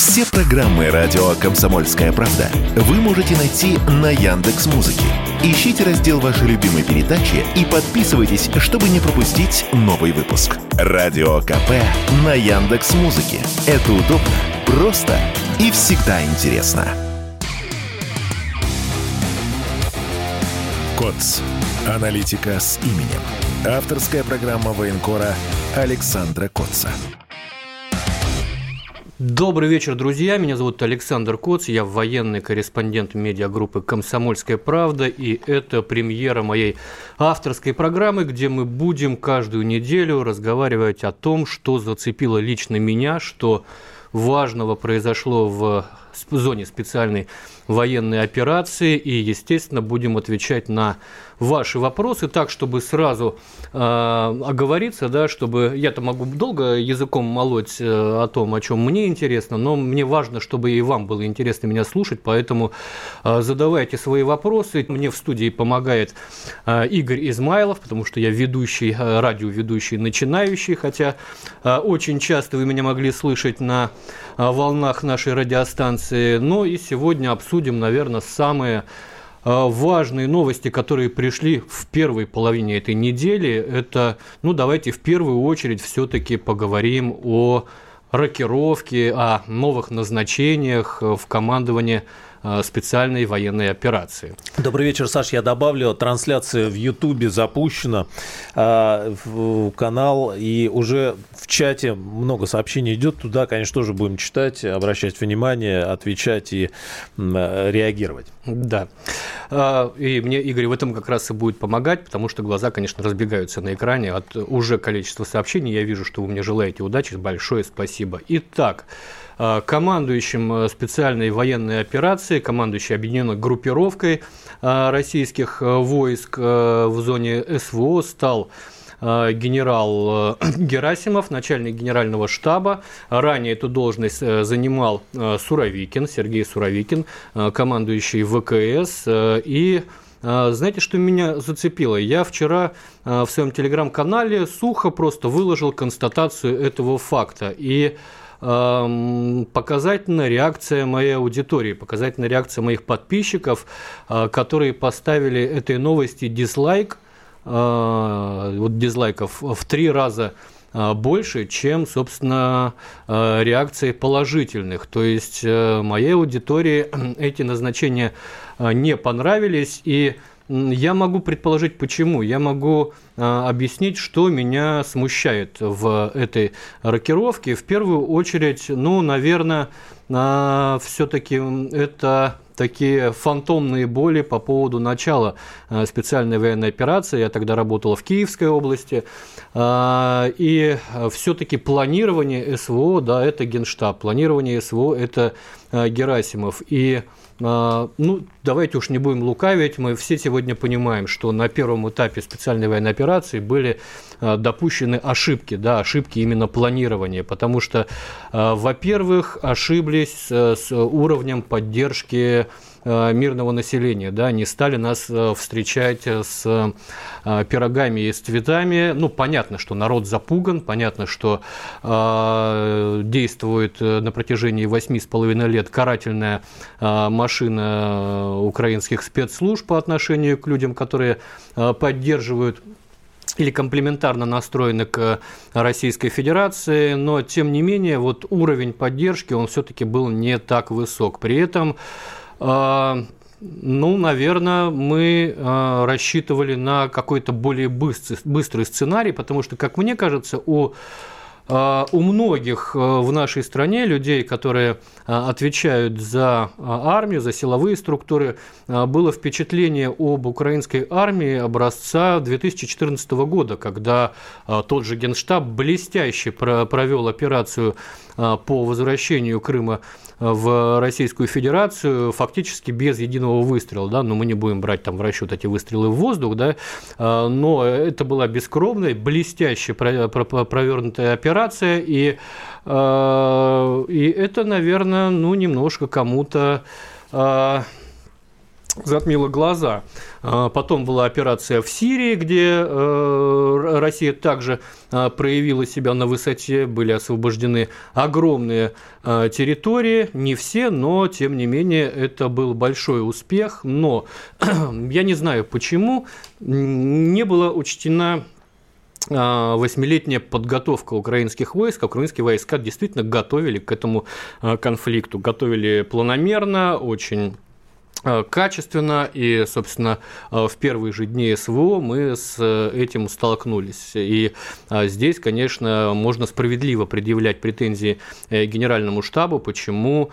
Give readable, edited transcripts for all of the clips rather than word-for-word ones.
Все программы радио «Комсомольская правда» вы можете найти на Яндекс.Музыке. Ищите раздел вашей любимой передачи и подписывайтесь, чтобы не пропустить новый выпуск. Радио КП на Яндекс.Музыке. Это удобно, просто и всегда интересно. КОЦ. Аналитика с именем. Авторская программа военкора Александра Коца. Добрый вечер, друзья. Меня зовут Александр Коц. Я военный корреспондент медиагруппы «Комсомольская правда». И это премьера моей авторской программы, где мы будем каждую неделю разговаривать о том, что зацепило лично меня, что важного произошло в зоне специальной военной операции. И, естественно, будем отвечать на ваши вопросы так, чтобы сразу оговориться, да, чтобы я-то могу долго языком молоть о том, о чем мне интересно, но мне важно, чтобы и вам было интересно меня слушать, поэтому задавайте свои вопросы. Мне в студии помогает Игорь Измайлов, потому что я ведущий, радиоведущий начинающий, хотя очень часто вы меня могли слышать на волнах нашей радиостанции. Ну и сегодня обсудим, наверное, самые важные новости, которые пришли в первой половине этой недели. Это, давайте в первую очередь все-таки поговорим о рокировке, о новых назначениях в командовании специальной военной операции. Добрый вечер, Саш. Я добавлю, трансляция в Ютубе запущена, в канал, и уже в чате много сообщений идет. Туда, конечно, тоже будем читать, обращать внимание, отвечать и реагировать. Да. И мне Игорь в этом как раз и будет помогать, потому что глаза, конечно, разбегаются на экране от уже количества сообщений. Я вижу, что вы мне желаете удачи. Большое спасибо. Итак, командующим специальной военной операции, командующий объединенной группировкой российских войск в зоне СВО стал генерал Герасимов, начальник генерального штаба. Ранее эту должность занимал Суровикин, Сергей Суровикин, командующий ВКС. И знаете, что меня зацепило? Я вчера в своем телеграм-канале сухо просто выложил констатацию этого факта. И показательная реакция моей аудитории, показательная реакция моих подписчиков, которые поставили этой новости дизлайк, вот дизлайков в 3 раза больше, чем, собственно, реакции положительных. То есть моей аудитории эти назначения не понравились, и я могу предположить, почему. Я могу объяснить, что меня смущает в этой рокировке. В первую очередь, наверное, все-таки это такие фантомные боли по поводу начала специальной военной операции. Я тогда работал в Киевской области. И все-таки планирование СВО, да, это Генштаб. Планирование СВО – это Герасимов. И давайте уж не будем лукавить, мы все сегодня понимаем, что на первом этапе специальной военной операции были допущены ошибки, да, ошибки именно планирования, потому что, во-первых, ошиблись с уровнем поддержки мирного населения, да, не стали нас встречать с пирогами и с цветами. Понятно, что народ запуган, понятно, что действует на протяжении 8,5 лет карательная машина украинских спецслужб по отношению к людям, которые поддерживают или комплементарно настроены к Российской Федерации, но, тем не менее, вот уровень поддержки, он все-таки был не так высок. При этом наверное, мы рассчитывали на какой-то более быстрый сценарий, потому что, как мне кажется, у многих в нашей стране людей, которые отвечают за армию, за силовые структуры, было впечатление об украинской армии образца 2014 года, когда тот же Генштаб блестяще провел операцию по возвращению Крыма в Российскую Федерацию фактически без единого выстрела, да, но мы не будем брать там в расчет эти выстрелы в воздух, да, но это была бескровная, блестяще провернутая операция, и это, наверное, немножко кому-то затмило глаза. Потом была операция в Сирии, где Россия также проявила себя на высоте, были освобождены огромные территории, не все, но тем не менее это был большой успех. Но я не знаю, почему не была учтена 8-летняя подготовка украинских войск. Украинские войска действительно готовили к этому конфликту, готовили планомерно, очень качественно, и, собственно, в первые же дни СВО мы с этим столкнулись. И здесь, конечно, можно справедливо предъявлять претензии Генеральному штабу, почему,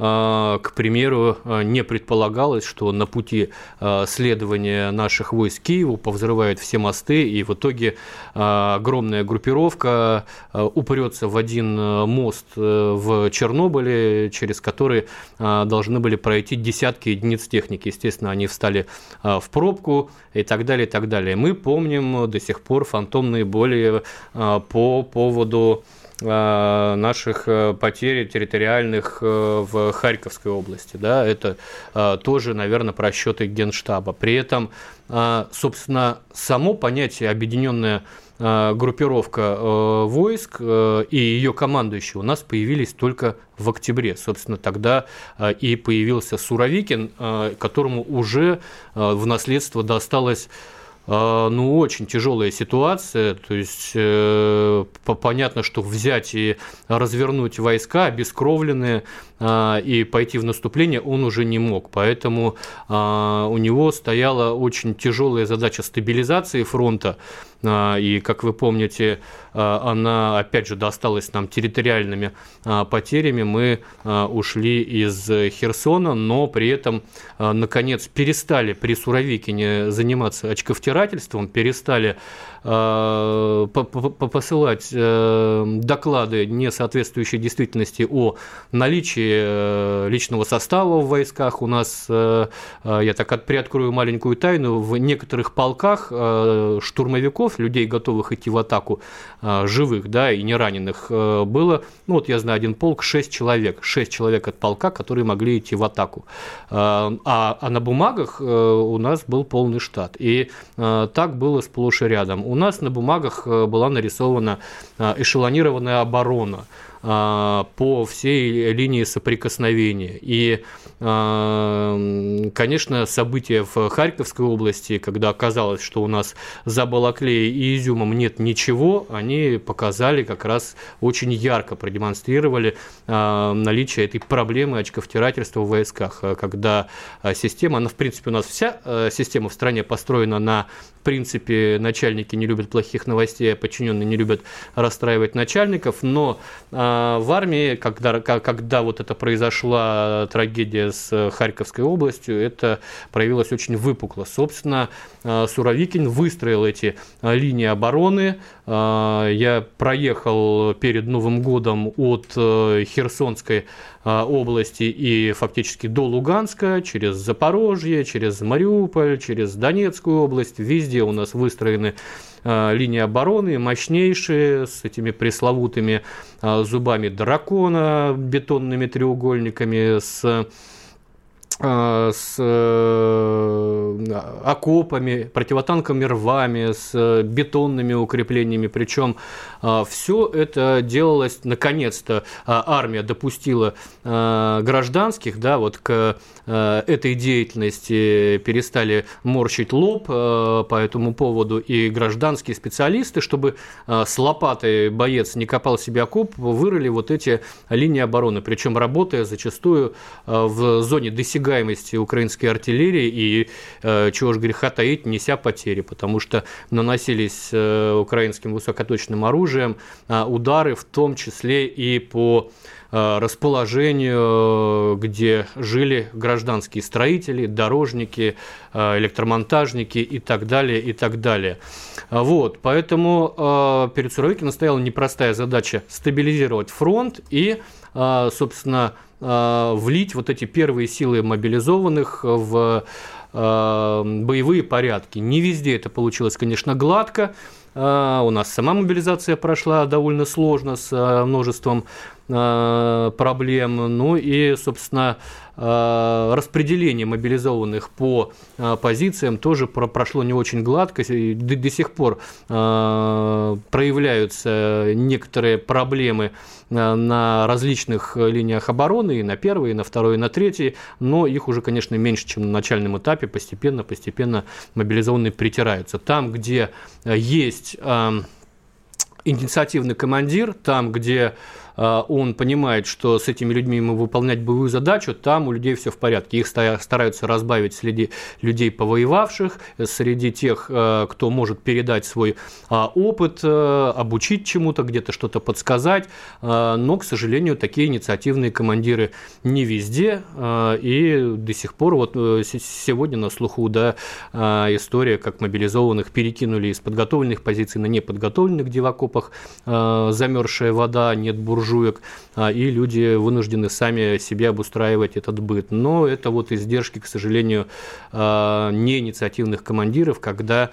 к примеру, не предполагалось, что на пути следования наших войск к Киеву повзрывают все мосты, и в итоге огромная группировка упрется в один мост в Чернобыле, через который должны были пройти десятки единиц техники. Естественно, они встали в пробку и так далее, и так далее. Мы помним до сих пор фантомные боли по поводу наших потерь территориальных в Харьковской области. Да, это тоже, наверное, просчеты Генштаба. При этом, собственно, само понятие «объединенная группировка войск» и ее командующие у нас появились только в октябре. Собственно, тогда и появился Суровикин, которому уже в наследство досталось очень тяжелая ситуация, то есть понятно, что взять и развернуть войска обескровленные и пойти в наступление он уже не мог, поэтому у него стояла очень тяжелая задача стабилизации фронта, и, как вы помните, она, опять же, досталась нам территориальными потерями. Мы ушли из Херсона, но при этом, наконец, перестали при Суровикине заниматься очковтирательством, перестали посылать доклады, не соответствующие действительности, о наличии личного состава в войсках. У нас, я так приоткрою маленькую тайну, в некоторых полках штурмовиков, людей, готовых идти в атаку, живых, да, и не раненых, было, я знаю, один полк, 6 человек от полка, которые могли идти в атаку. А на бумагах у нас был полный штат. И так было сплошь и рядом. У нас на бумагах была нарисована эшелонированная оборона по всей линии соприкосновения. И, конечно, события в Харьковской области, когда оказалось, что у нас за Балаклеей и Изюмом нет ничего, они показали, как раз очень ярко продемонстрировали наличие этой проблемы очковтирательства в войсках, когда система, в принципе, у нас вся система в стране построена на принципе начальники не любят плохих новостей, а подчиненные не любят расстраивать начальников, но в армии, когда вот это произошла трагедия с Харьковской областью, это проявилось очень выпукло. Собственно, Суровикин выстроил эти линии обороны. Я проехал перед Новым годом от Херсонской области и фактически до Луганска, через Запорожье, через Мариуполь, через Донецкую область. Везде у нас выстроены линии обороны, мощнейшие, с этими пресловутыми зубами дракона, бетонными треугольниками, с окопами, противотанковыми рвами, с бетонными укреплениями. Причем все это делалось, наконец-то, армия допустила гражданских, да, вот к этой деятельности перестали морщить лоб по этому поводу, и гражданские специалисты, чтобы с лопатой боец не копал себе окоп, вырыли вот эти линии обороны, причем работая зачастую в зоне досягаемости украинской артиллерии и, чего ж греха таить, неся потери, потому что наносились украинским высокоточным оружием удары, в том числе и по расположению, где жили гражданские строители, дорожники, электромонтажники и так далее, и так далее. Вот, поэтому перед Суровикиным стояла непростая задача стабилизировать фронт и, собственно, влить вот эти первые силы мобилизованных в боевые порядки. Не везде это получилось, конечно, гладко. У нас сама мобилизация прошла довольно сложно, с множеством проблем. Ну и, собственно, распределение мобилизованных по позициям тоже прошло не очень гладко. До сих пор проявляются некоторые проблемы на различных линиях обороны, и на первой, и на второй, и на третьей, но их уже, конечно, меньше, чем на начальном этапе, постепенно мобилизованные притираются. Там, где есть инициативный командир, там, где он понимает, что с этими людьми ему выполнять боевую задачу, там у людей все в порядке. Их стараются разбавить среди людей, повоевавших, среди тех, кто может передать свой опыт, обучить чему-то, где-то что-то подсказать. Но, к сожалению, такие инициативные командиры не везде. И до сих пор, вот сегодня на слуху, да, история, как мобилизованных перекинули из подготовленных позиций на неподготовленных, где в окопах замерзшая вода, нет буржуек, и люди вынуждены сами себе обустраивать этот быт. Но это вот издержки, к сожалению, не инициативных командиров, когда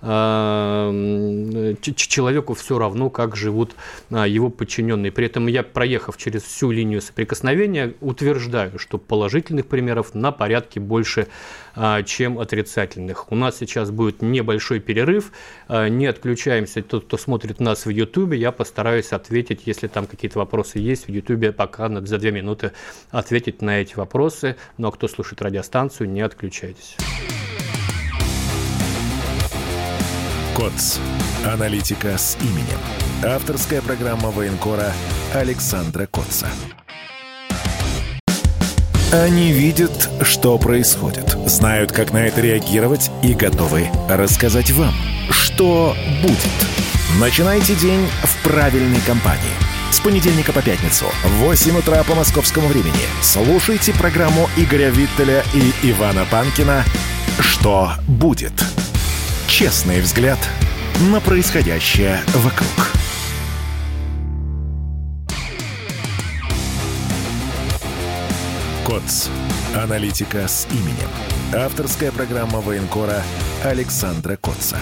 человеку все равно, как живут его подчиненные. При этом я, проехав через всю линию соприкосновения, утверждаю, что положительных примеров на порядке больше, чем отрицательных. У нас сейчас будет небольшой перерыв, не отключаемся. Тот, кто смотрит нас в Ютубе, я постараюсь ответить, если там какие-то вопросы есть в Ютубе, пока надо за 2 минуты ответить на эти вопросы. Но кто слушает радиостанцию, не отключайтесь. КОЦ. Аналитика с именем. Авторская программа военкора Александра Котца. Они видят, что происходит, знают, как на это реагировать и готовы рассказать вам, что будет. Начинайте день в правильной компании. С понедельника по пятницу в 8 утра по московскому времени слушайте программу Игоря Виттеля и Ивана Панкина «Что будет?». Честный взгляд на происходящее вокруг. КОЦ. Аналитика с именем. Авторская программа военкора Александра Котца.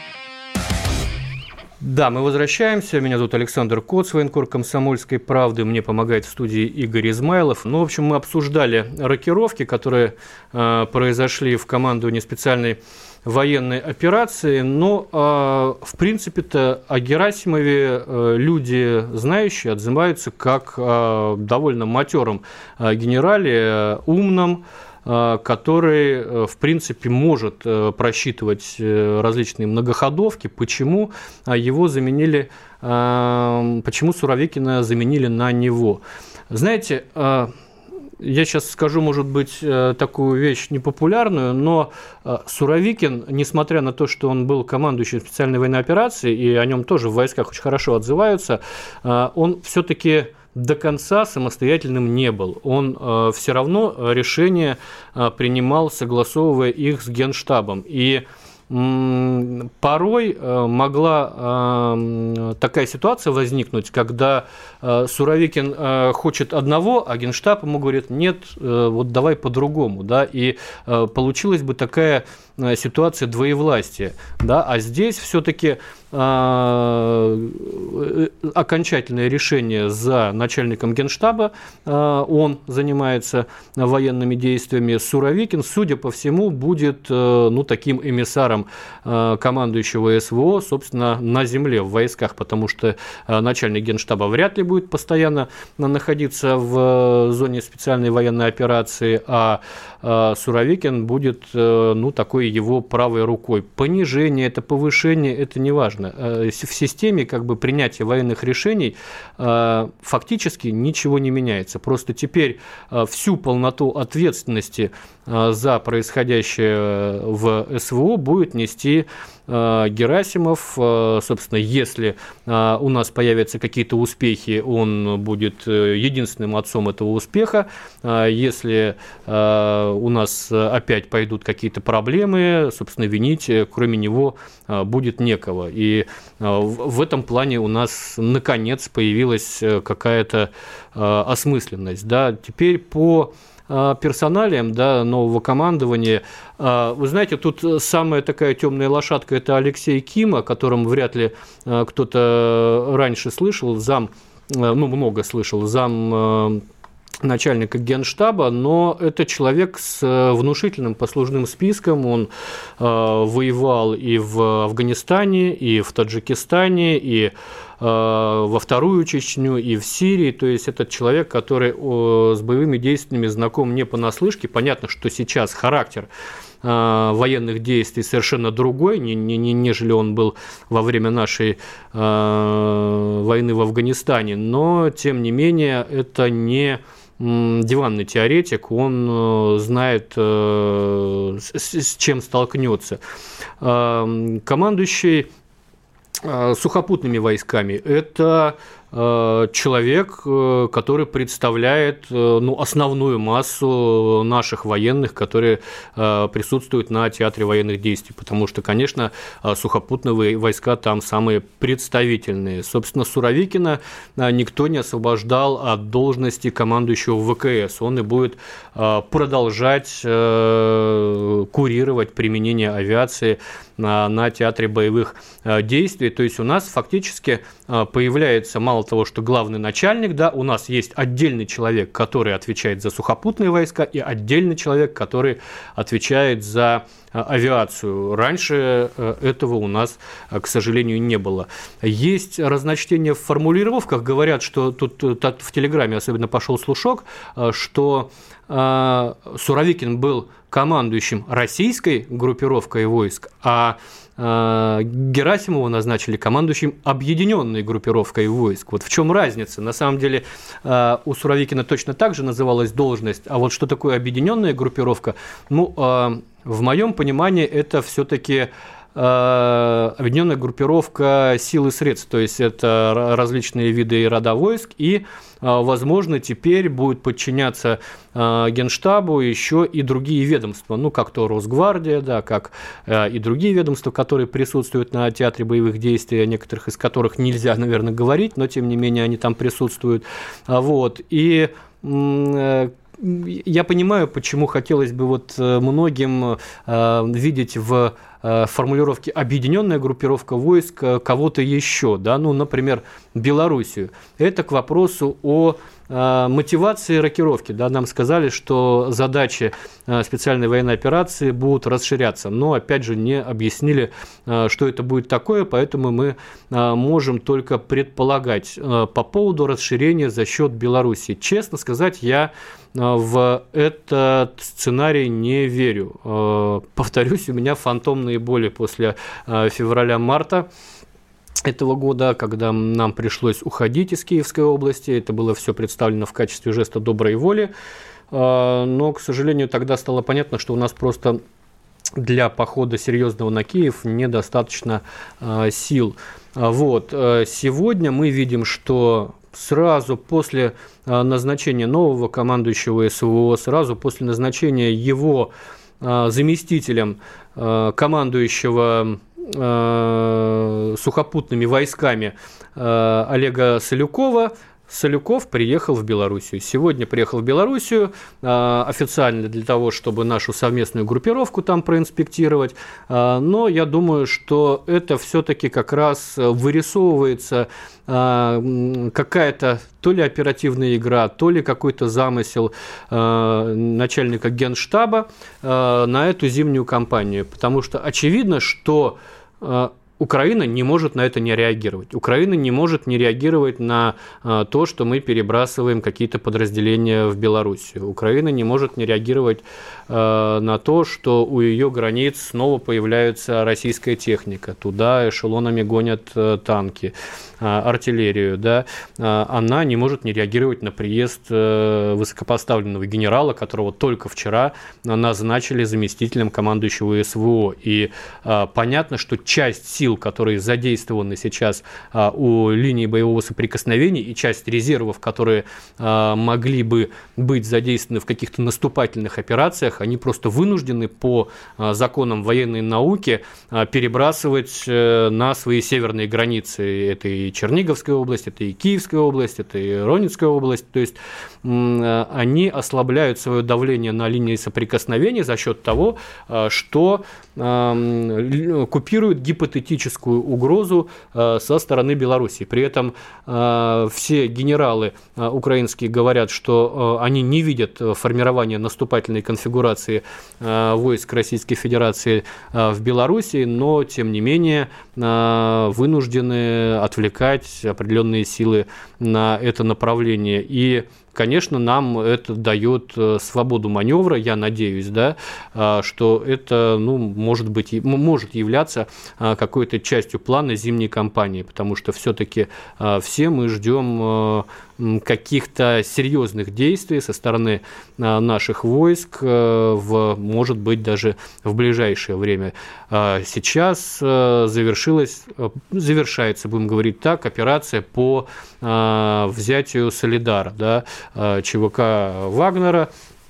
Да, мы возвращаемся. Меня зовут Александр Коц, военкор «Комсомольской правды». Мне помогает в студии Игорь Измайлов. Ну, в общем, мы обсуждали рокировки, которые произошли в командовании специальной военной операции. Но, в принципе-то, о Герасимове люди, знающие, отзываются как довольно матером генерале, умном, который, в принципе, может просчитывать различные многоходовки. Почему его заменили, почему Суровикина заменили на него? Знаете, я сейчас скажу, может быть, такую вещь непопулярную, но Суровикин, несмотря на то, что он был командующим специальной военной операцией, и о нем тоже в войсках очень хорошо отзываются, он все-таки до конца самостоятельным не был. Он все равно решения принимал, согласовывая их с Генштабом. И порой могла такая ситуация возникнуть, когда Суровикин хочет одного, а Генштаб ему говорит: нет, вот давай по-другому, да, и получилась бы такая ситуация двоевластия, да, а здесь все-таки окончательное решение за начальником Генштаба, он занимается военными действиями. Суровикин, судя по всему, будет таким эмиссаром командующего СВО, собственно, на земле, в войсках, потому что начальник Генштаба вряд ли будет постоянно находиться в зоне специальной военной операции, а Суровикин будет, такой его правой рукой. Понижение, это повышение, это не важно. В системе принятия военных решений фактически ничего не меняется. Просто теперь всю полноту ответственности за происходящее в СВО будет нести Герасимов. Собственно, если у нас появятся какие-то успехи, он будет единственным отцом этого успеха. Если у нас опять пойдут какие-то проблемы, собственно, винить кроме него будет некого. И в этом плане у нас наконец появилась какая-то осмысленность. Да. Теперь по персоналиям, да, нового командования. Вы знаете, тут самая такая темная лошадка – это Алексей Ким, о котором вряд ли кто-то раньше слышал, зам много слышал, зам начальника Генштаба, но это человек с внушительным послужным списком. Он воевал и в Афганистане, и в Таджикистане, и во Вторую Чечню, и в Сирии. То есть это человек, который с боевыми действиями знаком не понаслышке. Понятно, что сейчас характер военных действий совершенно другой, нежели он был во время нашей войны в Афганистане. Но, тем не менее, это не диванный теоретик, он знает, с чем столкнется. Командующий сухопутными войсками – это человек, который представляет основную массу наших военных, которые присутствуют на театре военных действий, потому что, конечно, сухопутные войска там самые представительные. Собственно, Суровикина никто не освобождал от должности командующего ВКС. Он и будет продолжать курировать применение авиации на театре боевых действий. То есть у нас фактически появляется мало того, что главный начальник, да, у нас есть отдельный человек, который отвечает за сухопутные войска, и отдельный человек, который отвечает за авиацию. Раньше этого у нас, к сожалению, не было. Есть разночтения в формулировках. Говорят, что тут в Телеграме особенно пошел слушок, что Суровикин был командующим российской группировкой войск, а Герасимова назначили командующим объединенной группировкой войск. Вот в чем разница? На самом деле у Суровикина точно так же называлась должность, а вот что такое объединенная группировка? В моем понимании это все-таки объединенная группировка сил и средств, то есть это различные виды и рода войск, и, возможно, теперь будет подчиняться Генштабу еще и другие ведомства, как то Росгвардия, да, как и другие ведомства, которые присутствуют на театре боевых действий, о некоторых из которых нельзя, наверное, говорить, но, тем не менее, они там присутствуют. И я понимаю, почему хотелось бы многим видеть в формулировке «объединенная группировка войск» кого-то еще, да, например, Белоруссию. Это к вопросу о мотивации рокировки. Да, нам сказали, что задачи специальной военной операции будут расширяться, но, опять же, не объяснили, что это будет такое, поэтому мы можем только предполагать по поводу расширения за счет Беларуси. Честно сказать, я в этот сценарий не верю. Повторюсь, у меня фантомные боли после февраля-марта этого года, когда нам пришлось уходить из Киевской области. Это было все представлено в качестве жеста доброй воли. Но, к сожалению, тогда стало понятно, что у нас просто для похода серьезного на Киев недостаточно сил. Сегодня мы видим, что сразу после назначения нового командующего СВО, сразу после назначения его заместителем командующего сухопутными войсками Олега Солюкова, Солюков приехал в Белоруссию. Сегодня приехал в Белоруссию официально для того, чтобы нашу совместную группировку там проинспектировать. Но я думаю, что это все-таки как раз вырисовывается какая-то то ли оперативная игра, то ли какой-то замысел начальника Генштаба на эту зимнюю кампанию. Потому что очевидно, что Украина не может на это не реагировать. Украина не может не реагировать на то, что мы перебрасываем какие-то подразделения в Белоруссию. Украина не может не реагировать на то, что у ее границ снова появляется российская техника. Туда эшелонами гонят танки, артиллерию. Да? Она не может не реагировать на приезд высокопоставленного генерала, которого только вчера назначили заместителем командующего СВО. И понятно, что часть сил, которые задействованы сейчас у линии боевого соприкосновения, и часть резервов, которые могли бы быть задействованы в каких-то наступательных операциях, они просто вынуждены по законам военной науки перебрасывать на свои северные границы. Это и Черниговская область, это и Киевская область, это и Ронинская область. То есть они ослабляют свое давление на линии соприкосновения за счет того, что купируют гипотетически физическую угрозу со стороны Белоруссии. При этом все генералы украинские говорят, что они не видят формирования наступательной конфигурации войск Российской Федерации в Белоруссии, но, тем не менее, вынуждены отвлекать определенные силы на это направление. И, конечно, нам это дает свободу маневра, я надеюсь, да, что это может являться какой-то частью плана зимней кампании, потому что все-таки все мы ждем каких-то серьезных действий со стороны наших войск, может быть, даже в ближайшее время. Сейчас завершается, будем говорить так, операция по взятию Солидара, да, ЧВК Вагнера.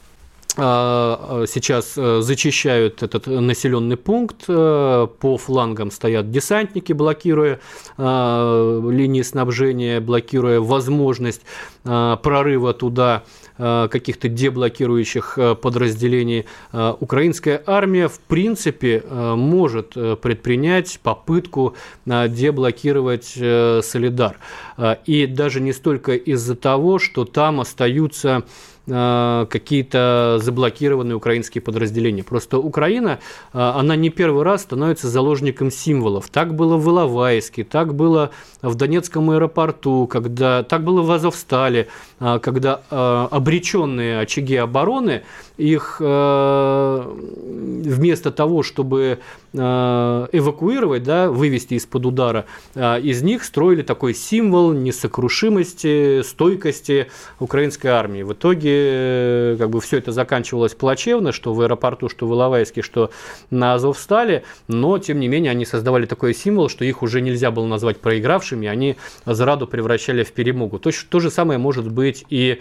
Сейчас зачищают этот населенный пункт, по флангам стоят десантники, блокируя линии снабжения, блокируя возможность прорыва туда каких-то деблокирующих подразделений. Украинская армия, в принципе, может предпринять попытку деблокировать Солидар. И даже не столько из-за того, что там остаются какие-то заблокированные украинские подразделения. Просто Украина, она не первый раз становится заложником символов. Так было в Иловайске, так было в Донецком аэропорту, так было в Азовстале, когда обреченные очаги обороны, их вместо того, чтобы эвакуировать, да, вывести из-под удара, из них строили такой символ несокрушимости, стойкости украинской армии. В итоге все это заканчивалось плачевно, что в аэропорту, что в Иловайске, что на Азовстале, но тем не менее они создавали такой символ, что их уже нельзя было назвать проигравшими, они зраду превращали в перемогу. То же самое может быть и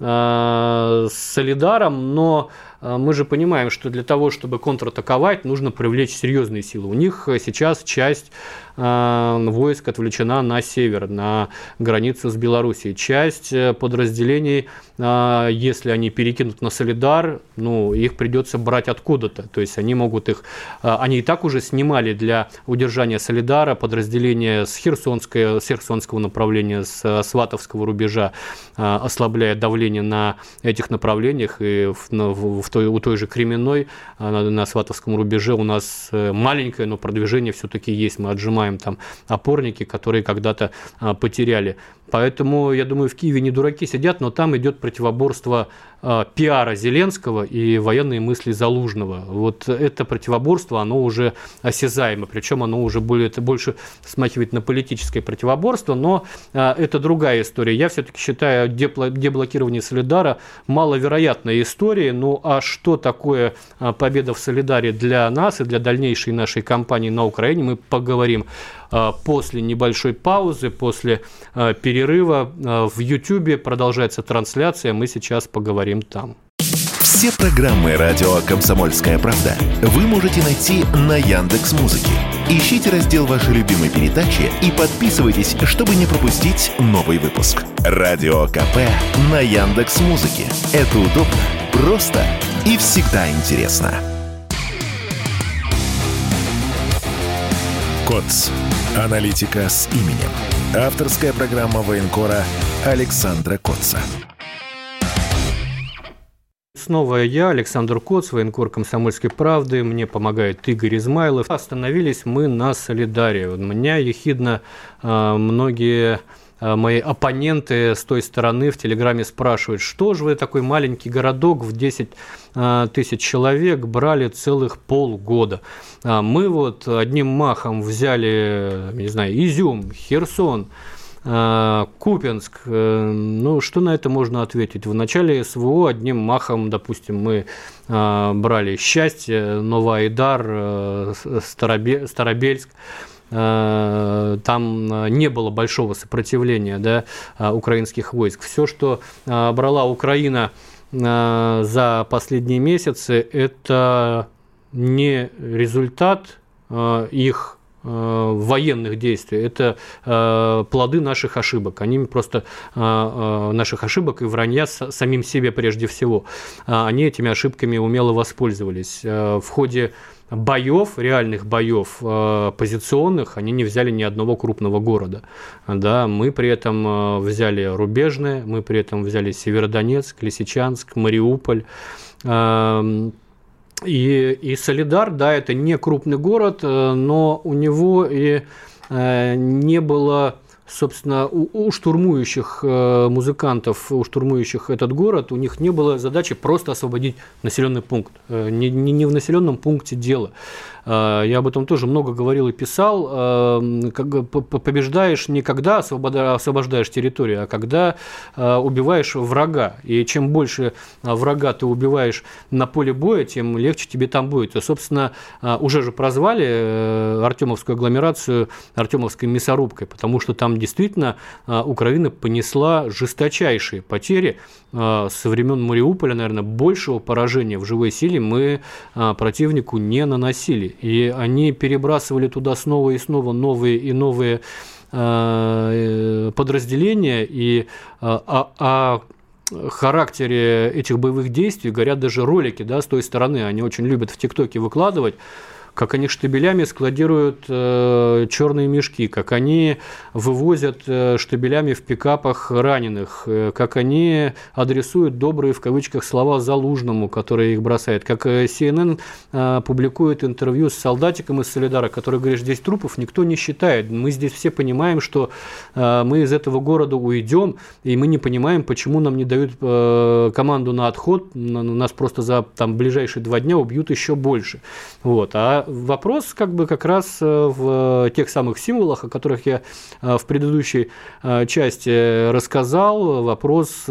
с Солидаром, но мы же понимаем, что для того, чтобы контратаковать, нужно привлечь серьезные силы. У них сейчас часть войск отвлечена на север, на границу с Белоруссией. Часть подразделений, если они перекинут на Солидар, их придется брать откуда-то. То есть они и так уже снимали для удержания Солидара подразделения с Херсонского направления, с Сватовского рубежа, ослабляя давление на этих направлениях. И у той же Кременной на Сватовском рубеже у нас маленькое, но продвижение все-таки есть. Мы отжимаем там опорники, которые когда-то потеряли. Поэтому, я думаю, в Киеве не дураки сидят, но там идет противоборство пиара Зеленского и военной мысли Залужного. Вот это противоборство, оно уже осязаемо, причем оно уже больше смахивает на политическое противоборство, но это другая история. Я все-таки считаю деблокирование Солидара маловероятной историей. Ну а что такое победа в Солидаре для нас и для дальнейшей нашей кампании на Украине, мы поговорим после небольшой паузы, после перерыва. В YouTube продолжается трансляция, мы сейчас поговорим там. Все программы радио «Комсомольская правда» вы можете найти на Яндекс.Музыке. Ищите раздел вашей любимой передачи и подписывайтесь, чтобы не пропустить новый выпуск. Радио КП на Яндекс.Музыке. Это удобно, просто и всегда интересно. КОЦ. Аналитика с именем. Авторская программа военкора Александра Коца. Снова я, Александр Коц, военкор «Комсомольской правды». Мне помогает Игорь Измайлов. Остановились мы на Солидаре. Меня ехидно многие мои оппоненты с той стороны в Телеграме спрашивают, что же вы такой маленький городок в 10 тысяч человек брали целых полгода. Мы вот одним махом взяли, не знаю, Изюм, Херсон, Купянск. Ну, что на это можно ответить? В начале СВО одним махом, допустим, мы брали Счастье, Новоайдар, Старобельск. Там не было большого сопротивления, да, украинских войск. Все, что брала Украина за последние месяцы, это не результат их военных действий, это плоды наших ошибок. Они просто наших ошибок и вранья самим себе прежде всего. Они этими ошибками умело воспользовались. В ходе боев, реальных боев позиционных, они не взяли ни одного крупного города. Да, мы при этом взяли Рубежное, мы при этом взяли Северодонецк, Лисичанск, Мариуполь. И Солидар, да, это не крупный город, но у него и не было, собственно, у штурмующих музыкантов, у штурмующих этот город, у них не было задачи просто освободить населенный пункт. Не в населенном пункте дело. Я об этом тоже много говорил и писал. Побеждаешь не когда освобождаешь территорию, а когда убиваешь врага. И чем больше врага ты убиваешь на поле боя, тем легче тебе там будет. И, собственно, уже же прозвали Артемовскую агломерацию Артемовской мясорубкой, потому что там действительно Украина понесла жесточайшие потери. Со времен Мариуполя, наверное, большего поражения в живой силе мы противнику не наносили. И они перебрасывали туда снова и снова новые и новые подразделения. И о характере этих боевых действий говорят даже ролики, да, с той стороны. Они очень любят в ТикТоке выкладывать, как они штабелями складируют черные мешки, как они вывозят штабелями в пикапах раненых, как они адресуют добрые, в кавычках, слова Залужному, который их бросает, как CNN публикует интервью с солдатиком из Солидара, который говорит, здесь трупов никто не считает, мы здесь все понимаем, что мы из этого города уйдем, и мы не понимаем, почему нам не дают команду на отход, нас просто за ближайшие 2 дня убьют еще больше. Вот. А вопрос как раз в тех самых символах, о которых я в предыдущей части рассказал. Вопрос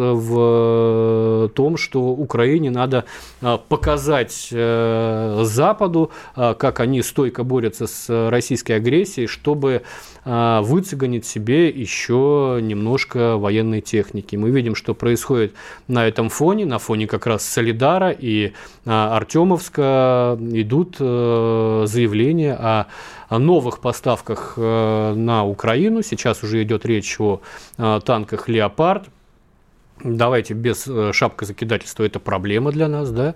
в том, что Украине надо показать Западу, как они стойко борются с российской агрессией, чтобы выцеганить себе еще немножко военной техники. Мы видим, что происходит на этом фоне, на фоне как раз Солидара и Артемовска идут заявления о новых поставках на Украину. Сейчас уже идет речь о танках «Леопард». Давайте без шапкозакидательства, это проблема для нас, да.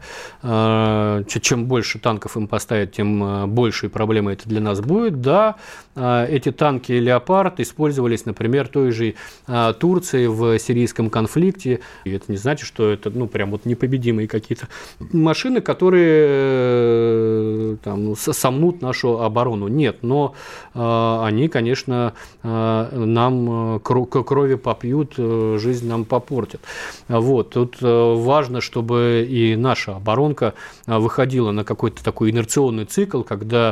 Чем больше танков им поставят, тем большие проблемы это для нас будет, да. Эти танки «Леопард» использовались, например, той же Турцией в сирийском конфликте. И это не значит, что это, прям непобедимые какие-то машины, которые сомнут нашу оборону. Нет, но они, конечно, нам крови попьют, жизнь нам попортят. Вот. Тут важно, чтобы и наша оборонка выходила на какой-то такой инерционный цикл, когда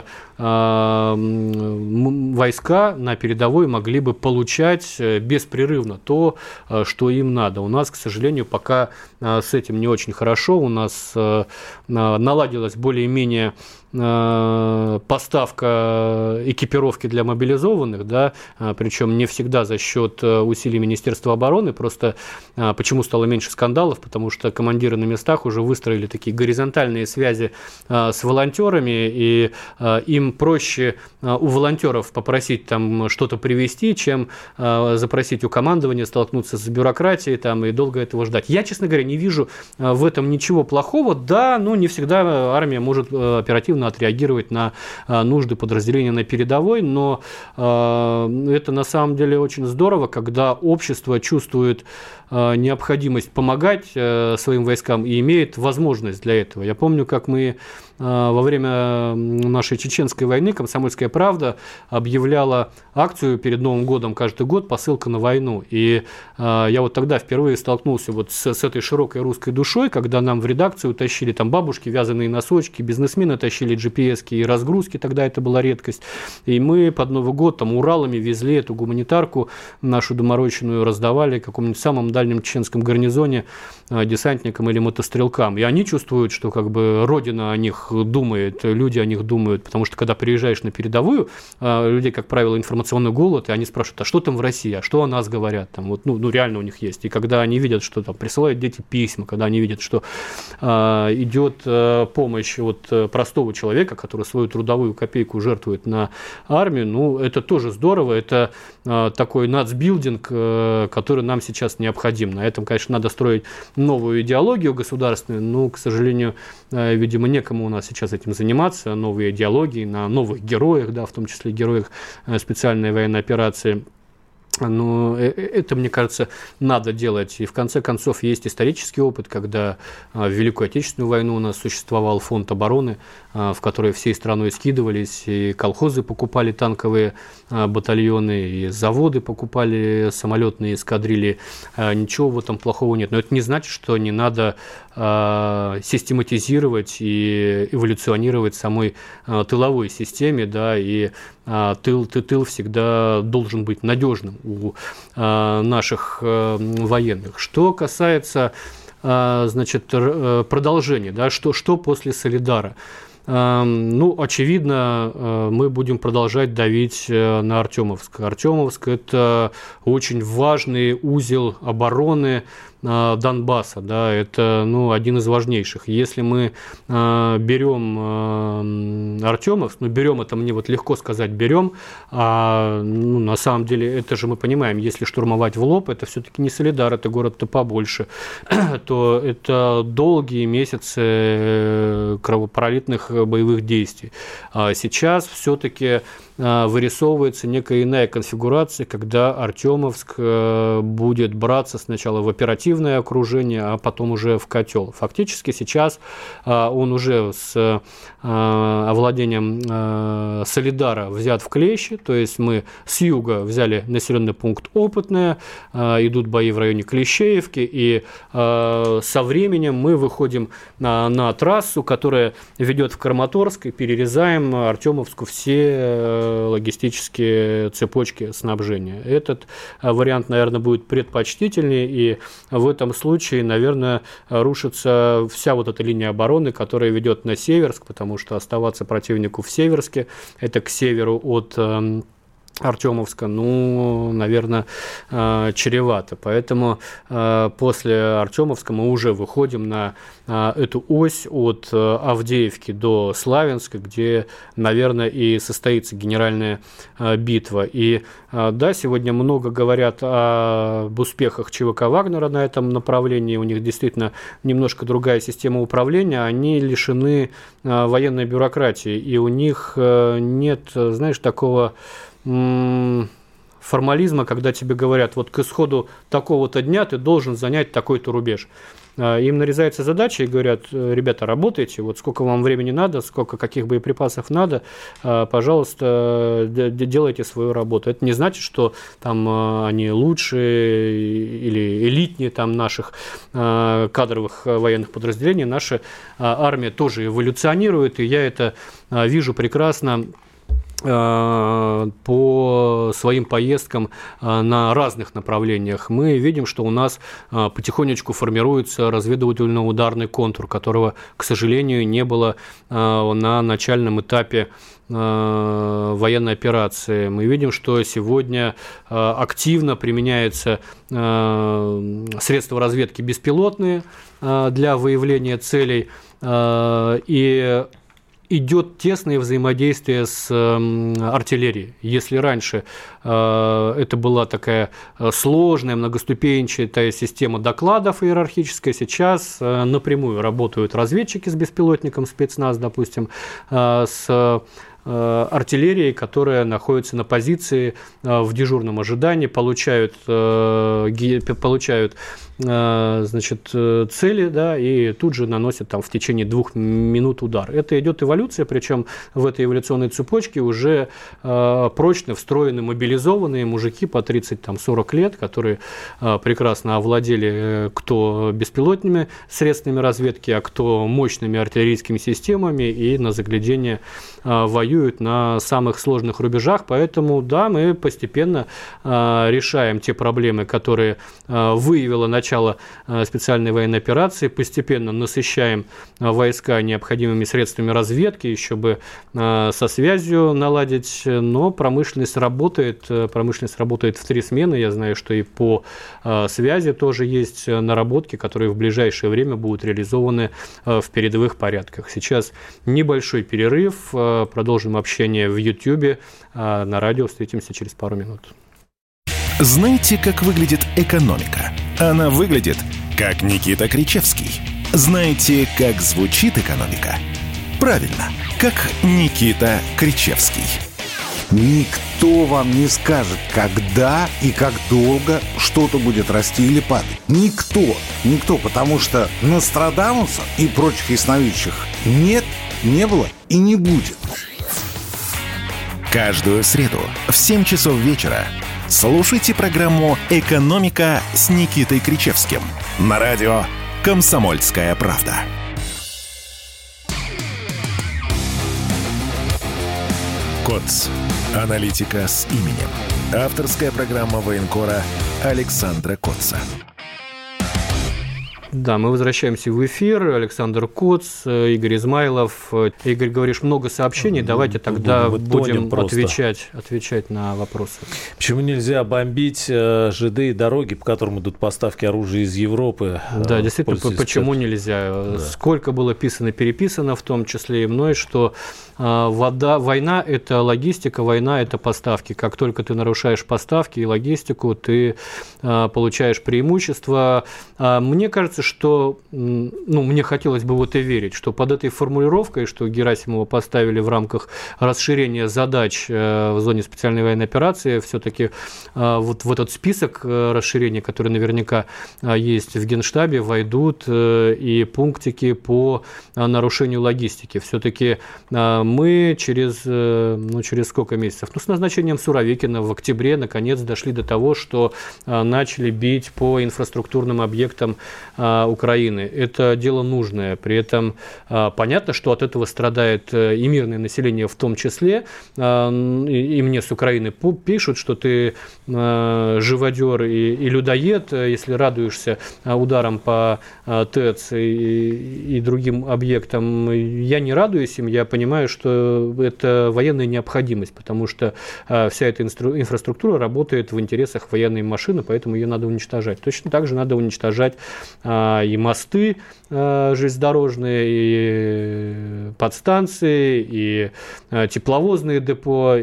войска на передовой могли бы получать беспрерывно то, что им надо. У нас, к сожалению, пока с этим не очень хорошо. У нас наладилась более-менее поставка экипировки для мобилизованных, да, причем не всегда за счет усилий Министерства обороны, просто почему стало меньше скандалов, потому что командиры на местах уже выстроили такие горизонтальные связи с волонтерами, и им проще у волонтеров попросить там что-то привезти, чем запросить у командования, столкнуться с бюрократией там, и долго этого ждать. Я, честно говоря, не вижу в этом ничего плохого, да, но не всегда армия может оперативно отреагировать на нужды подразделения на передовой, но это на самом деле очень здорово, когда общество чувствует необходимость помогать своим войскам и имеет возможность для этого. Я помню, как мы во время нашей чеченской войны «Комсомольская правда» объявляла акцию перед Новым годом каждый год «Посылка на войну». И я вот тогда впервые столкнулся вот с этой широкой русской душой, когда нам в редакцию тащили там бабушки, вязаные носочки, бизнесмены тащили GPS-ки и разгрузки, тогда это была редкость. И мы под Новый год там Уралами везли эту гуманитарку нашу доморощенную, раздавали какому-нибудь самом дальнем чеченском гарнизоне десантникам или мотострелкам. И они чувствуют, что как бы родина о них них думает, люди о них думают, потому что когда приезжаешь на передовую, людей, как правило, информационный голод, и они спрашивают, а что там в России, а что о нас говорят, там, вот, ну, реально у них есть. И когда они видят, что там присылают дети письма, когда они видят, что идет помощь от простого человека, который свою трудовую копейку жертвует на армию, ну, это тоже здорово, это такой нацбилдинг, который нам сейчас необходим. На этом, конечно, надо строить новую идеологию государственную, но, к сожалению, видимо, некому у нас сейчас этим заниматься, новые идеологии на новых героях, да, в том числе героях специальной военной операции. Но это, мне кажется, надо делать. И в конце концов есть исторический опыт, когда в Великую Отечественную войну у нас существовал фонд обороны, в который всей страной скидывались, и колхозы покупали танковые батальоны, и заводы покупали самолетные эскадрильи. Ничего в этом плохого нет. Но это не значит, что не надо систематизировать и эволюционировать самой тыловой системе, да, и тыл всегда должен быть надежным у наших военных. Что касается, значит, продолжения, да, что после Солидара? Ну, очевидно, мы будем продолжать давить на Артемовск. Артемовск – это очень важный узел обороны Донбасса, да, это, ну, один из важнейших. Если мы берем Артемовск, ну, берем, это мне вот легко сказать, берем, ну, на самом деле, это же мы понимаем, если штурмовать в лоб, это все-таки не Солидар, это город-то побольше, то это долгие месяцы кровопролитных боевых действий. Сейчас все-таки вырисовывается некая иная конфигурация, когда Артемовск будет браться сначала в оперативное окружение, а потом уже в котел. Фактически сейчас он уже с овладением Солидара взят в клещи, то есть мы с юга взяли населенный пункт Опытное, идут бои в районе Клещеевки, и со временем мы выходим на трассу, которая ведет в Краматорск, и перерезаем Артемовску все логистические цепочки снабжения. Этот вариант, наверное, будет предпочтительнее, и в этом случае, наверное, рушится вся вот эта линия обороны, которая ведет на Северск, потому что оставаться противнику в Северске, это к северу от Артемовска, ну, наверное, чревато. Поэтому после Артемовска мы уже выходим на эту ось от Авдеевки до Славянска, где, наверное, и состоится генеральная битва. И да, сегодня много говорят об успехах ЧВК Вагнера на этом направлении. У них действительно немножко другая система управления. Они лишены военной бюрократии, и у них нет, знаешь, такого формализма, когда тебе говорят, вот к исходу такого-то дня ты должен занять такой-то рубеж. Им нарезается задача и говорят, ребята, работайте, вот сколько вам времени надо, сколько каких боеприпасов надо, пожалуйста, делайте свою работу. Это не значит, что там они лучше или элитнее там наших кадровых военных подразделений. Наша армия тоже эволюционирует, и я это вижу прекрасно по своим поездкам на разных направлениях. Мы видим, что у нас потихонечку формируется разведывательно-ударный контур, которого, к сожалению, не было на начальном этапе военной операции. Мы видим, что сегодня активно применяются средства разведки беспилотные для выявления целей, и идет тесное взаимодействие с артиллерией. Если раньше это была такая сложная, многоступенчатая система докладов иерархическая, сейчас напрямую работают разведчики с беспилотником, спецназ, допустим, с артиллерией, которая находится на позиции в дежурном ожидании, получают значит, цели, да, и тут же наносят там в течение 2 минут удар. Это идет эволюция, причем в этой эволюционной цепочке уже прочно встроены мобилизованные мужики по 30-40 лет, которые прекрасно овладели кто беспилотными средствами разведки, а кто мощными артиллерийскими системами, и на заглядение воюют на самых сложных рубежах. Поэтому, да, мы постепенно решаем те проблемы, которые выявило начальство начала специальной военной операции, постепенно насыщаем войска необходимыми средствами разведки, еще бы со связью наладить, но промышленность работает в 3 смены. Я знаю, что и по связи тоже есть наработки, которые в ближайшее время будут реализованы в передовых порядках. Сейчас небольшой перерыв, продолжим общение в YouTube, на радио встретимся через пару минут. Знаете, как выглядит экономика? Она выглядит, как Никита Кричевский. Знаете, как звучит экономика? Правильно, как Никита Кричевский. Никто вам не скажет, когда и как долго что-то будет расти или падать. Никто, потому что Нострадамуса и прочих ясновидящих нет, не было и не будет. Каждую среду в 7 часов вечера слушайте программу «Экономика» с Никитой Кричевским на радио «Комсомольская правда». КОЦ. Аналитика с именем. Авторская программа военкора Александра Котца. Да, мы возвращаемся в эфир. Александр Коц, Игорь Измайлов. Игорь, говоришь, много сообщений. Давайте тогда будем отвечать на вопросы. Почему нельзя бомбить ЖД дороги, по которым идут поставки оружия из Европы? Да, действительно, почему нельзя? Да. Сколько было писано-переписано, в том числе и мной, что война – это логистика, война – это поставки. Как только ты нарушаешь поставки и логистику, ты получаешь преимущество. Мне кажется, что, мне хотелось бы в это верить, что под этой формулировкой, что Герасимова поставили в рамках расширения задач в зоне специальной военной операции, все-таки вот в этот список расширения, который наверняка есть в Генштабе, войдут и пунктики по нарушению логистики. Все-таки мы через сколько месяцев? С назначением Суровикина в октябре наконец дошли до того, что начали бить по инфраструктурным объектам Украины. Это дело нужное. При этом понятно, что от этого страдает и мирное население в том числе. И мне с Украины пишут, что ты живодер и людоед, если радуешься ударам по ТЭЦ и другим объектам. Я не радуюсь им, я понимаю, что это военная необходимость, потому что вся эта инфраструктура работает в интересах военной машины, поэтому ее надо уничтожать. Точно так же надо уничтожать и мосты железнодорожные, и подстанции, и тепловозные депо,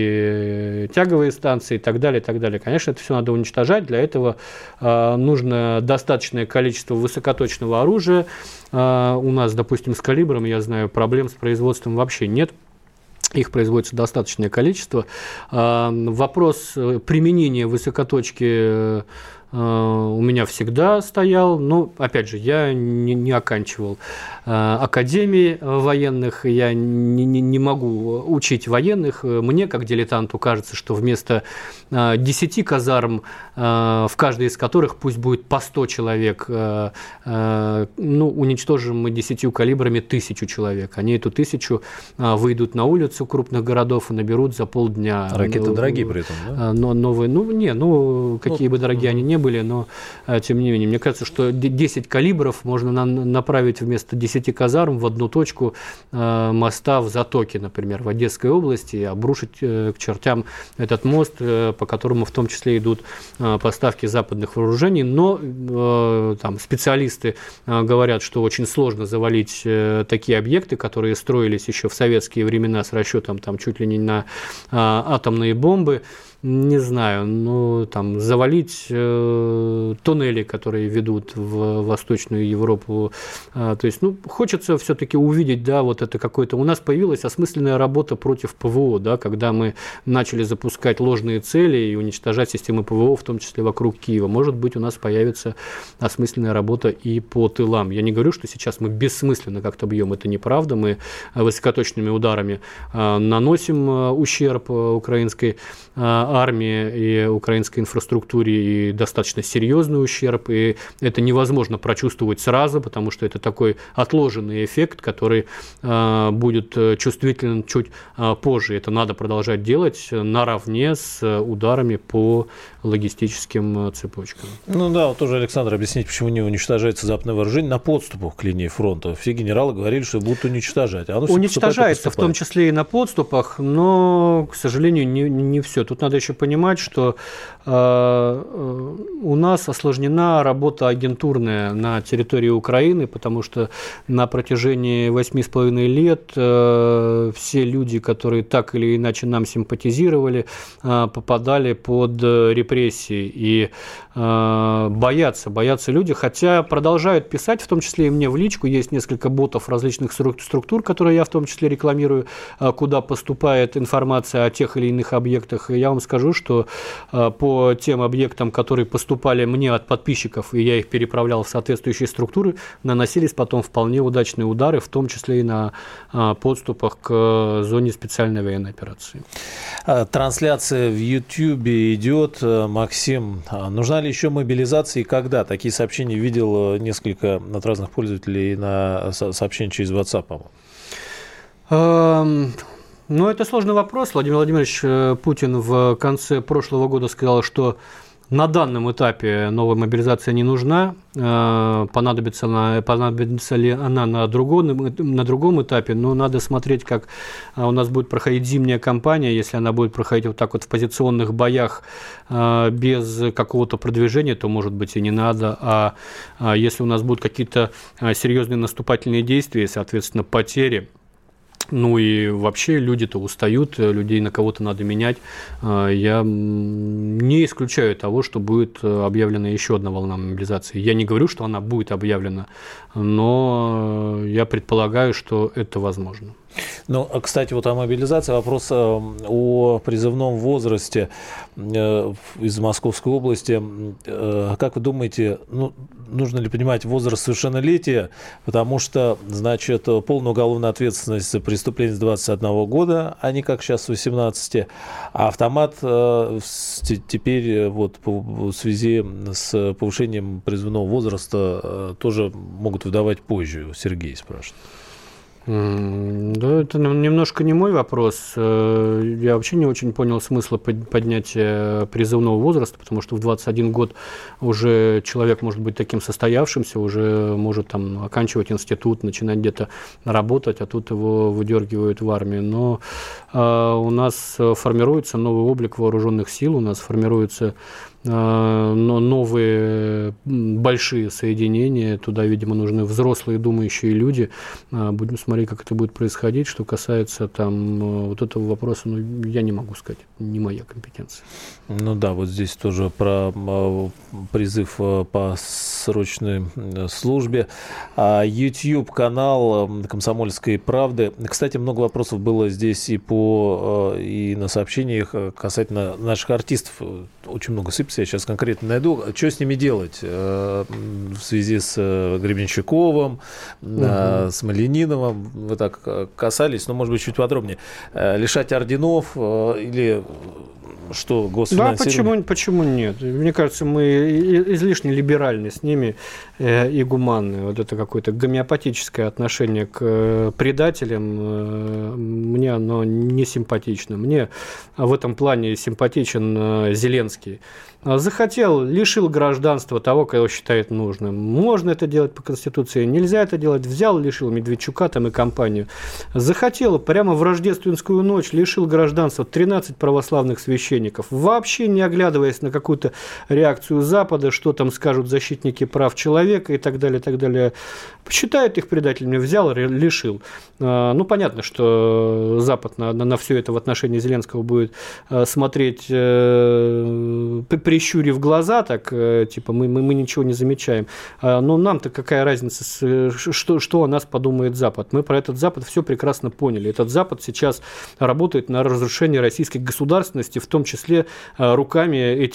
и тяговые станции, и так далее, и так далее. Конечно, это все надо уничтожать. Для этого нужно достаточное количество высокоточного оружия. У нас, допустим, с калибром, я знаю, проблем с производством вообще нет. Их производится достаточное количество. Вопрос применения высокоточки у меня всегда стоял, но, опять же, я не оканчивал академии военных, я не могу учить военных. Мне, как дилетанту, кажется, что вместо 10 казарм, в каждой из которых пусть будет по 100 человек, уничтожим мы 10 калибрами 1000 человек. Они эту 1000 выйдут на улицу крупных городов и наберут за полдня. Ракеты дорогие при этом, да? Новые, какие бы дорогие они не были, но тем не менее, мне кажется, что 10 калибров можно направить вместо 10 казарм в одну точку моста в Затоке, например, в Одесской области, и обрушить к чертям этот мост, по которому в том числе идут поставки западных вооружений. Но там специалисты говорят, что очень сложно завалить такие объекты, которые строились еще в советские времена с расчетом чуть ли не на атомные бомбы. Не знаю, завалить туннели, которые ведут в Восточную Европу. То есть, хочется все-таки увидеть, это какое-то... У нас появилась осмысленная работа против ПВО, когда мы начали запускать ложные цели и уничтожать системы ПВО, в том числе вокруг Киева. Может быть, у нас появится осмысленная работа и по тылам. Я не говорю, что сейчас мы бессмысленно как-то бьем, это неправда. Мы высокоточными ударами наносим ущерб украинской армии и украинской инфраструктуре и достаточно серьезный ущерб, и это невозможно прочувствовать сразу, потому что это такой отложенный эффект, который будет чувствителен чуть позже. Это надо продолжать делать наравне с ударами по логистическим цепочкам. Ну да, вот тоже, Александр, объяснить, почему не уничтожается западное вооружение на подступах к линии фронта. Все генералы говорили, что будут уничтожать. А уничтожается, в том числе и на подступах, но, к сожалению, не все. Тут надо еще понимать, что у нас осложнена работа агентурная на территории Украины, потому что на протяжении 8,5 лет все люди, которые так или иначе нам симпатизировали, попадали под репрессии. И боятся люди, хотя продолжают писать, в том числе и мне в личку, есть несколько ботов различных структур, которые я в том числе рекламирую, куда поступает информация о тех или иных объектах. И я вам скажу, что по тем объектам, которые поступали мне от подписчиков, и я их переправлял в соответствующие структуры, наносились потом вполне удачные удары, в том числе и на подступах к зоне специальной военной операции. Трансляция в Ютьюбе идет. Максим, нужна ли еще мобилизация и когда? Такие сообщения видел несколько от разных пользователей на сообщения через WhatsApp, по-моему. Ну, это сложный вопрос. Владимир Владимирович Путин в конце прошлого года сказал, что на данном этапе новая мобилизация не нужна. Понадобится ли она на другом этапе, но надо смотреть, как у нас будет проходить зимняя кампания. Если она будет проходить вот так вот в позиционных боях без какого-то продвижения, то, может быть, и не надо. А если у нас будут какие-то серьезные наступательные действия, соответственно, потери, ну и вообще люди-то устают, людей на кого-то надо менять. Я не исключаю того, что будет объявлена еще одна волна мобилизации. Я не говорю, что она будет объявлена, но я предполагаю, что это возможно. Ну, кстати, вот о мобилизации, вопрос о призывном возрасте из Московской области. Как вы думаете, нужно ли понимать возраст совершеннолетия? Потому что, значит, полная уголовная ответственность за преступление с 21 года, а не как сейчас с 18. А автомат теперь вот в связи с повышением призывного возраста тоже могут выдавать позже. Сергей спрашивает. Да, это немножко не мой вопрос. Я вообще не очень понял смысла поднятия призывного возраста, потому что в 21 год уже человек может быть таким состоявшимся, уже может там оканчивать институт, начинать где-то работать, а тут его выдергивают в армию. Но у нас формируется новый облик вооруженных сил, у нас формируются новые большие соединения, туда, видимо, нужны взрослые думающие люди. Будем смотреть, как это будет происходить. Что касается там вот этого вопроса, я не могу сказать, не моя компетенция. Ну да, вот здесь тоже про призыв по срочной службе. YouTube-канал «Комсомольской правды». Кстати, много вопросов было здесь и на сообщениях касательно наших артистов. Очень много сыпется, я сейчас конкретно найду. Что с ними делать в связи с Гребенщиковым, с Малининовым? Вы так касались, но, может быть, чуть подробнее. Лишать орденов или что, госфинансирование? Да, почему нет? Мне кажется, мы излишне либеральны с ними и гуманны. Вот это какое-то гомеопатическое отношение к предателям, мне оно не симпатично. Мне в этом плане симпатичен Зеленский. Захотел, лишил гражданства того, кого считает нужным. Можно это делать по Конституции, нельзя это делать. Взял, лишил Медведчука там и компанию. Захотел, прямо в рождественскую ночь лишил гражданства 13 православных священников. Вообще не оглядываясь на какую-то реакцию Запада, что там скажут защитники прав человека и так далее, и так далее. Считают их предателями, взял, лишил. Ну, понятно, что Запад на все это в отношении Зеленского будет смотреть, прищурив глаза, так, типа, мы ничего не замечаем. Но нам-то какая разница, что о нас подумает Запад? Мы про этот Запад все прекрасно поняли. Этот Запад сейчас работает на разрушение российской государственности, в том числе руками этих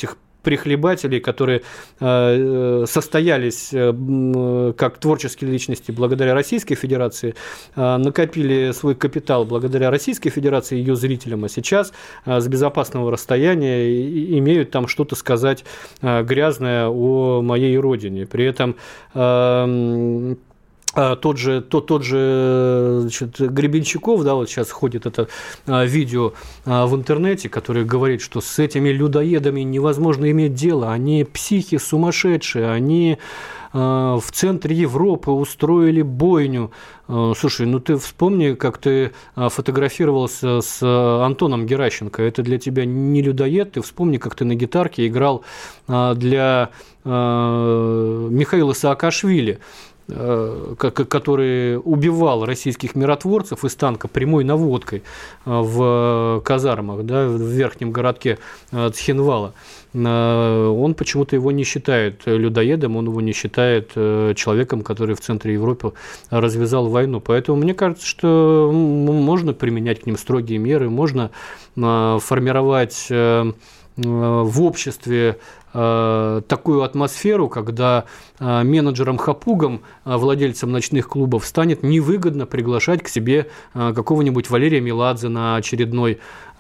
прихлебателей, которые состоялись как творческие личности благодаря Российской Федерации, накопили свой капитал благодаря Российской Федерации и ее зрителям, а сейчас с безопасного расстояния имеют там что-то сказать грязное о моей родине. При этом тот же значит, Гребенщиков, да, вот сейчас ходит это видео в интернете, который говорит, что с этими людоедами невозможно иметь дело, они психи сумасшедшие, они в центре Европы устроили бойню. Слушай, ну ты вспомни, как ты фотографировался с Антоном Геращенко. Это для тебя не людоед. Ты вспомни, как ты на гитарке играл для Михаила Саакашвили, который убивал российских миротворцев из танка прямой наводкой в казармах, да, в верхнем городке Цхинвала. Он почему-то его не считает людоедом, он его не считает человеком, который в центре Европы развязал войну. Поэтому мне кажется, что можно применять к ним строгие меры, можно формировать в обществе такую атмосферу, когда менеджерам-хапугам, владельцам ночных клубов станет невыгодно приглашать к себе какого-нибудь Валерия Меладзе на очередной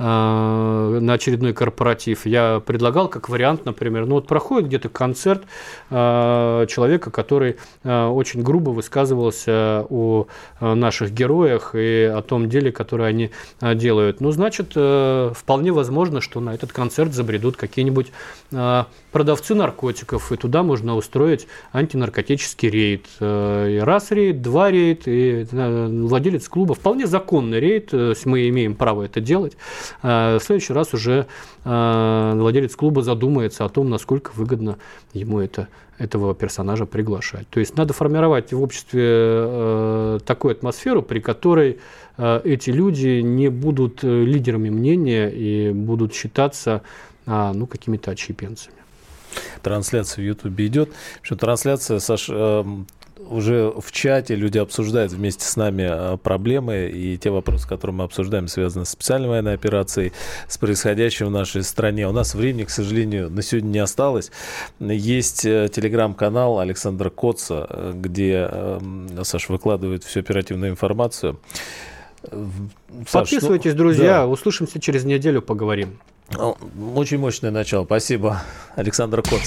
корпоратив. Я предлагал как вариант, например, ну вот проходит где-то концерт человека, который очень грубо высказывался о наших героях и о том деле, которое они делают. Ну, значит, вполне возможно, что на этот концерт забредут какие-нибудь продавцы наркотиков, и туда можно устроить антинаркотический рейд. И раз рейд, два рейд, и владелец клуба. Вполне законный рейд, мы имеем право это делать. В следующий раз уже владелец клуба задумается о том, насколько выгодно ему этого персонажа приглашать. То есть надо формировать в обществе такую атмосферу, при которой эти люди не будут лидерами мнения и будут считаться какими-то отщепенцами. Трансляция в Ютубе идет. Причем трансляция, Саш, уже в чате люди обсуждают вместе с нами проблемы и те вопросы, которые мы обсуждаем, связаны с специальной военной операцией, с происходящим в нашей стране. У нас времени, к сожалению, на сегодня не осталось. Есть телеграм-канал Александра Коца, где Саша выкладывает всю оперативную информацию. Подписывайтесь, друзья. Да. Услышимся через неделю, поговорим. Очень мощное начало. Спасибо. Александр Коц.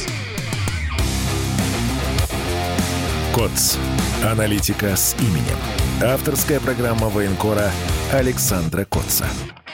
Коц. Аналитика с именем. Авторская программа военкора Александра Коца.